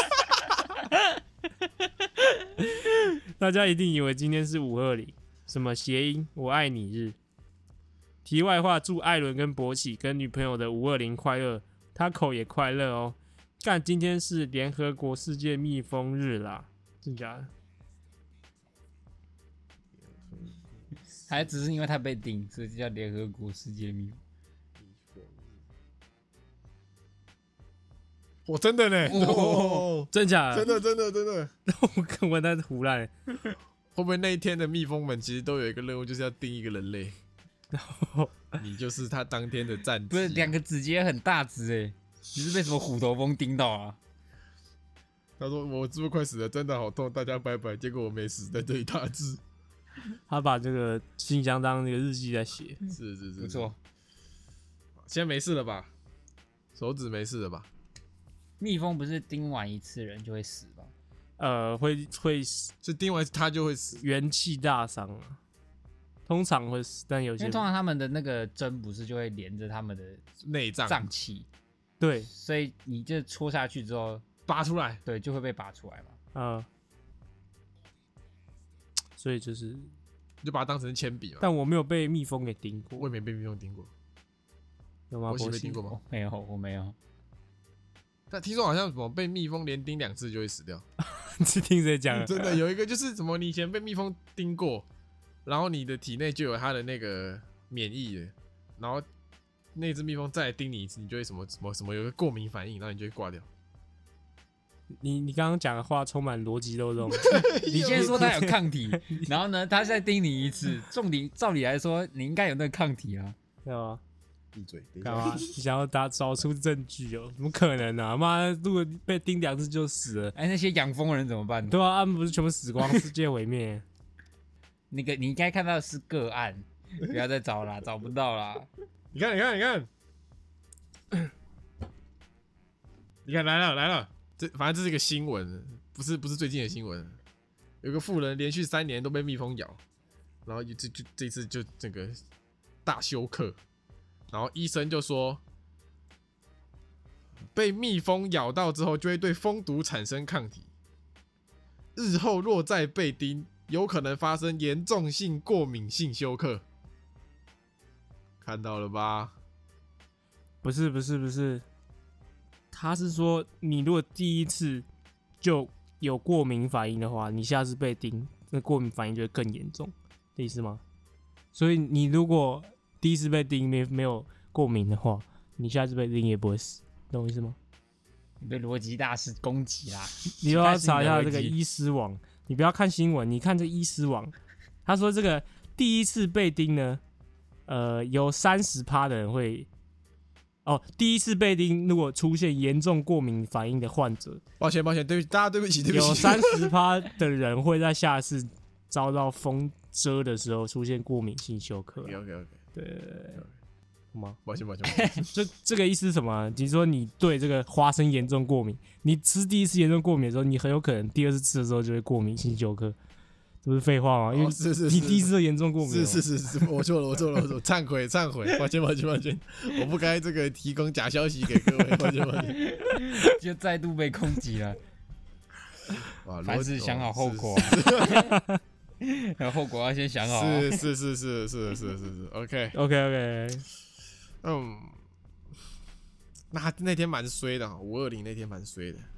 大家一定以为今天是520，什么谐音我爱你日。题外话，祝艾伦跟博奇跟女朋友的520快乐，他口也快乐哦。干，今天是联合国世界蜜蜂日啦。真假的？ 还只是因为他被顶，所以叫联合国世界蜜蜂。 我真的呢？ 真假的？ 真的。 我跟我在胡乱。 会不会那一天的蜜蜂们其实都有一个任务，就是要叮一个人类？你就是他当天的战绩。 不是2个指节很大只哎，你是被什么虎头蜂叮到啊？ 他说：“我是不是快死了？真的好痛，大家拜拜。”结果我没死，在这里打字。 他把这个信箱当那个日记在写。 是， 不错。 现在没事了吧？手指没事了吧？ 蜜蜂不是叮完1次人就会死吧？ 会死， 是叮完他就会死， 元气大伤啊。通常会死，但有些因为通常他们的那个针不是就会连着他们的内脏器， 对， 所以你就戳下去之后。 拔出来， 对，就会被拔出来嘛。 所以就是你就把它当成铅笔嘛。 但我没有被蜜蜂给叮过， 我也没被蜜蜂叮过。 有吗？ 我被叮过吗？ 没有，我没有。 但听说好像什么被蜜蜂连叮2次就会死掉。 你是听谁讲的？ 真的有一个就是什么，你以前被蜜蜂叮过，然后你的体内就有它的那个免疫了，然后那只蜜蜂再来叮你一次，你就会什么有个过敏反应，然后你就会挂掉。 你刚刚讲的话充满逻辑漏洞。 你先说他有抗体，然后呢，他再叮你一次。照理来说，你应该有那个抗体啊， 对吧？ 闭嘴！ 干嘛？你想要找出证据哦？怎么可能啊？妈，如果被叮2次就死了， 那些养蜂人怎么办？ 对啊，他们不是全部死光，世界毁灭。 那个你应该看到的是个案，不要再找啦，找不到啦。 你看，来了，反正这是一个新闻，不是最近的新闻。有个妇人连续3年都被蜜蜂咬，然后这次就这个大休克，然后医生就说，被蜜蜂咬到之后就会对蜂毒产生抗体，日后若再被叮，有可能发生严重性过敏性休克。看到了吧？ 不是，他是说你如果第一次就有过敏反应的话，你下次被叮，那过敏反应就会更严重，的意思吗？所以你如果第一次被叮没有过敏的话，你下次被叮也不会死，懂我意思吗？ 你被逻辑大师攻击啦！ 你又要查一下这个医师网，你不要看新闻，你看这个医师网，他说这个第一次被叮呢，有30%的人会。第一次被叮，如果出现严重过敏反应的患者， 抱歉，对不起，大家对不起， 有30%的人会在下次遭到风蛰的时候出现过敏性休克。 OK， 对，吗？ 抱歉。 这个意思是什么？你说你对这个花生严重过敏，你吃第一次严重过敏的时候，你很有可能第2次吃的时候就会过敏性休克。这不是废话吗？因为你第一次就严重过敏。 是，我错了，忏悔，抱歉，我不该这个提供假消息给各位，抱歉。 就再度被攻击了。凡事想好后果，然后后果要先想好。 是 ，OK。那他那天蛮衰的，520那天蛮衰的。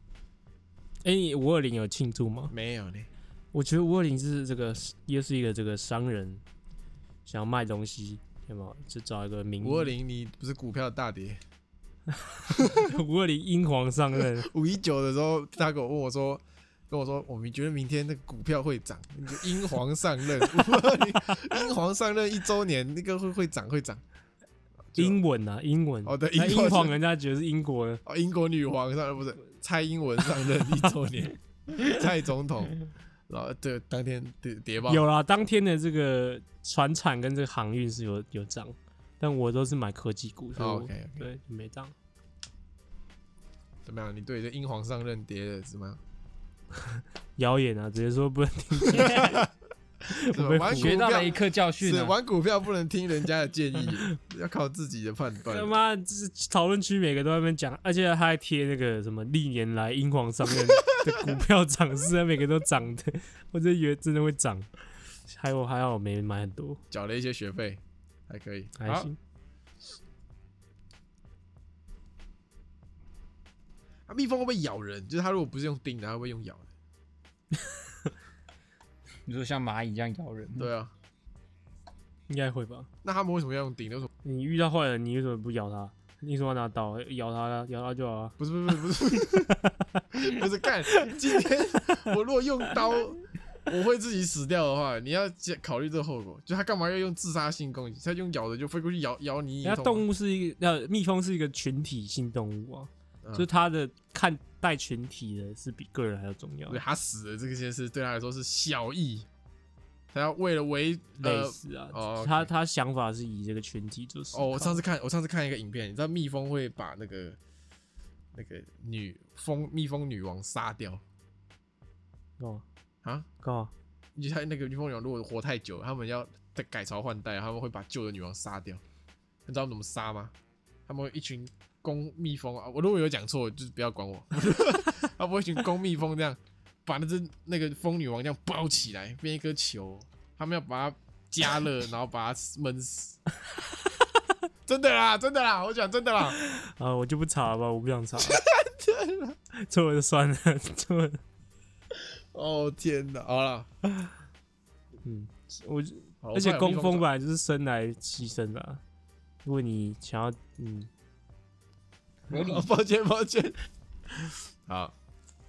520有庆祝吗？ 没有呢。 我觉得520是又是一个这个商人想要卖东西，有没有？就找一个名义。 520你不是股票大跌 ？520英皇上任 ，519的时候，他跟我说，我们觉得明天那个股票会涨，英皇上任，520英皇上任1周年，那个会涨。 英文啊，英文。 对， 英皇人家觉得是英国的。 英国女皇上任不是蔡英文上任1周年，蔡总统。然后这当天跌爆有啦，当天的这个船产跟这个航运是有涨，但我都是买科技股，所以 OK 对没涨。 怎么样？你对这英皇上任跌的怎么样？ 谣言啊，直接说不能听。 我学到了一课教训。 玩股票不能听人家的建议，要靠自己的判断。 他妈，这是讨论区每个都在那边讲，而且他还贴那个什么历年来英皇上任的股票涨势，每个都涨的，我真以为真的会涨。还好我没买很多， 缴了一些学费，还可以， 还行。 蜜蜂会不会咬人？就是它如果不是用叮的，它会不会用咬的？ 你说像蚂蚁这样咬人？ 对啊， 应该会吧。 那他们为什么要用叮？ 你遇到坏人，你为什么不咬他？你为什么要拿刀咬他就好了？ 不是，不是干。今天我如果用刀，我会自己死掉的话，你要考虑这个后果。就他干嘛要用自杀性攻击？他用咬的就飞过去咬你。 那动物是一个，蜜蜂是一个群体性动物啊。就是他的看待群体的是比个人还要重要。 对，他死了这件事对他来说是小义，他要为了类似啊，他想法是以这个群体做思考。 我上次看一个影片，你知道蜜蜂会把那个蜜蜂女王杀掉。 干嘛？ 啊？ 干嘛？ 就他那个蜜蜂女王如果活太久，他们要再改朝换代，他们会把旧的女王杀掉。你知道怎么杀吗？他们会一群公蜜蜂啊，我如果有讲错，就是不要管我。他们会一群公蜜蜂这样把那个蜂女王这样包起来，变一颗球。他们要把它加热，然后把它闷死。真的啦，我讲真的啦。 我就不查了吧，我不想查。错了就算了，错了。 哦天哪，好了。 而且工蜂本来就是生来牺牲的啊。如果你想要， 抱歉。好，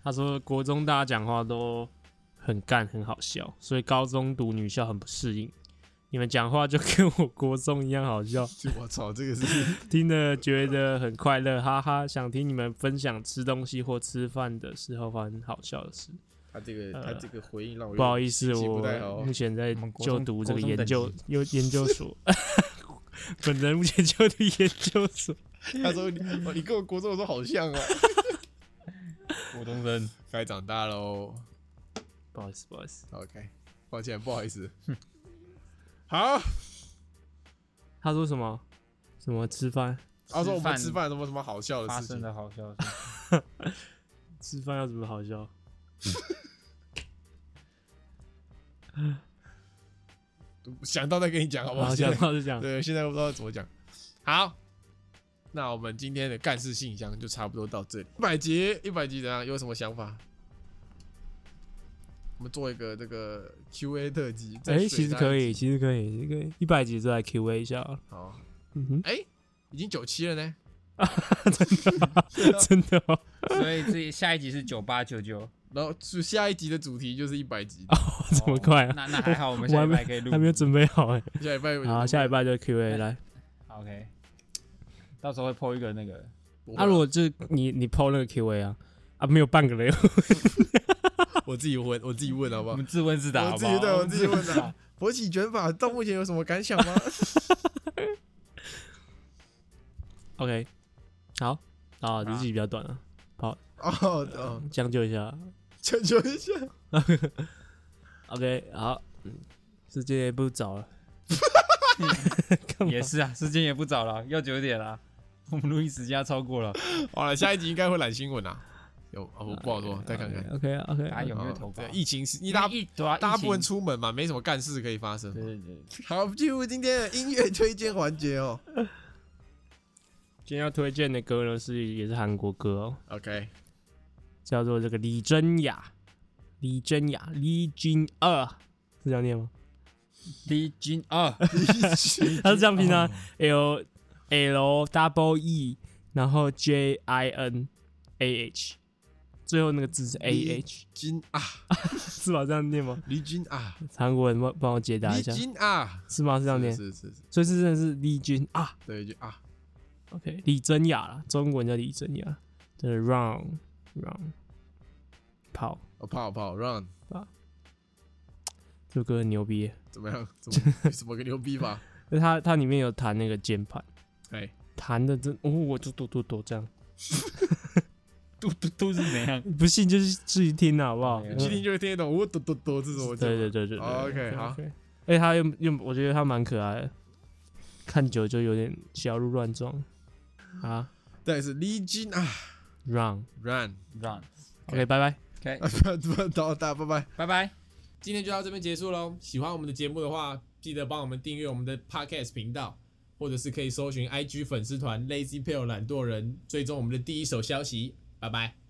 他说国中大家讲话都很干很好笑，所以高中读女校很不适应。你们讲话就跟我国中一样好笑， 我操，这个是听了觉得很快乐，哈哈！想听你们分享吃东西或吃饭的时候发生好笑的事。 他这个回应让我不好意思，我好目前在就读这个研究所，本人目前就读研究所。 他说你跟我国中的时候好像哦， 国中生该长大喽。 不好意思 ，OK， 抱歉，不好意思。好， 他说什么吃饭？ 他说我们吃饭什么好笑的事情， 发生的好笑的事情。 吃饭要怎么好笑？ 想到再跟你讲好不好？ 想到就讲。 对，现在不知道怎么讲。好，那我们今天的干事信箱就差不多到这里。100集怎样？有什么想法？我们做一个这个 Q&A 特辑。 其实可以，100集再来 Q&A 一下。 好，已经97了呢。 真的哦。 所以这下一集是9899， 然后下一集的主题就是100集。 这么快啊？ 那还好，我们下礼拜可以录。 还没有准备好哎。 下礼拜好，下礼拜就 Q&A 来。 OK， 到时候会 po 一个那个。 如果就你 po 那个 Q&A 啊，没有半个人。 我自己问好不好？ 我们自问自答好不好？ 我自己问的。勃起卷法到目前有什么感想吗 ？OK， 好啊，日记比较短啊，好将就一下。OK， 好，时间也不早了。 也是啊，时间也不早了，要9点了，我们录音时间要超过了。 好了，下一集应该会揽新闻啊。我不好说，再看看。 OK， 大家有没有投稿？ 疫情是大家不能出门嘛，没什么干事可以发生。 对。 好，进入今天的音乐推荐环节哦。 今天要推荐的歌呢也是韩国歌哦。 OK， 叫做这个李珍雅，李君二，是这样念吗？ 李君二， 他是这样拼啊 ，LE， 然后 JINAH， 最后那个字是 AH， 金啊， 是吧？这样念吗？ 李君啊， 韩国人帮我解答一下。 李君啊， 是吗？是这样念？ 是， 所以是真的是李君啊， 对，就啊。 OK， 李珍雅啦，中文叫李珍雅，就是 run 跑 ，run 啊，这首歌很牛逼， 怎么样？怎么个牛逼法？ 它里面有弹那个键盘，弹的真我就哆这样， 嘟是怎样？ 不信就是自己听好不好？ 去听就会听得懂，我哆这种。 对。 OK， 好。 他我觉得他蛮可爱的，看久就有点小鹿乱撞啊。 再是李君啊 ，run。OK， 拜拜。 OK， 大家拜拜。 今天就到这边结束喽。喜欢我们的节目的话，记得帮我们订阅我们的 Podcast 频道，或者是可以搜寻 IG 粉丝团 Lazy Pale 懒惰人，追踪我们的第一手消息。拜拜。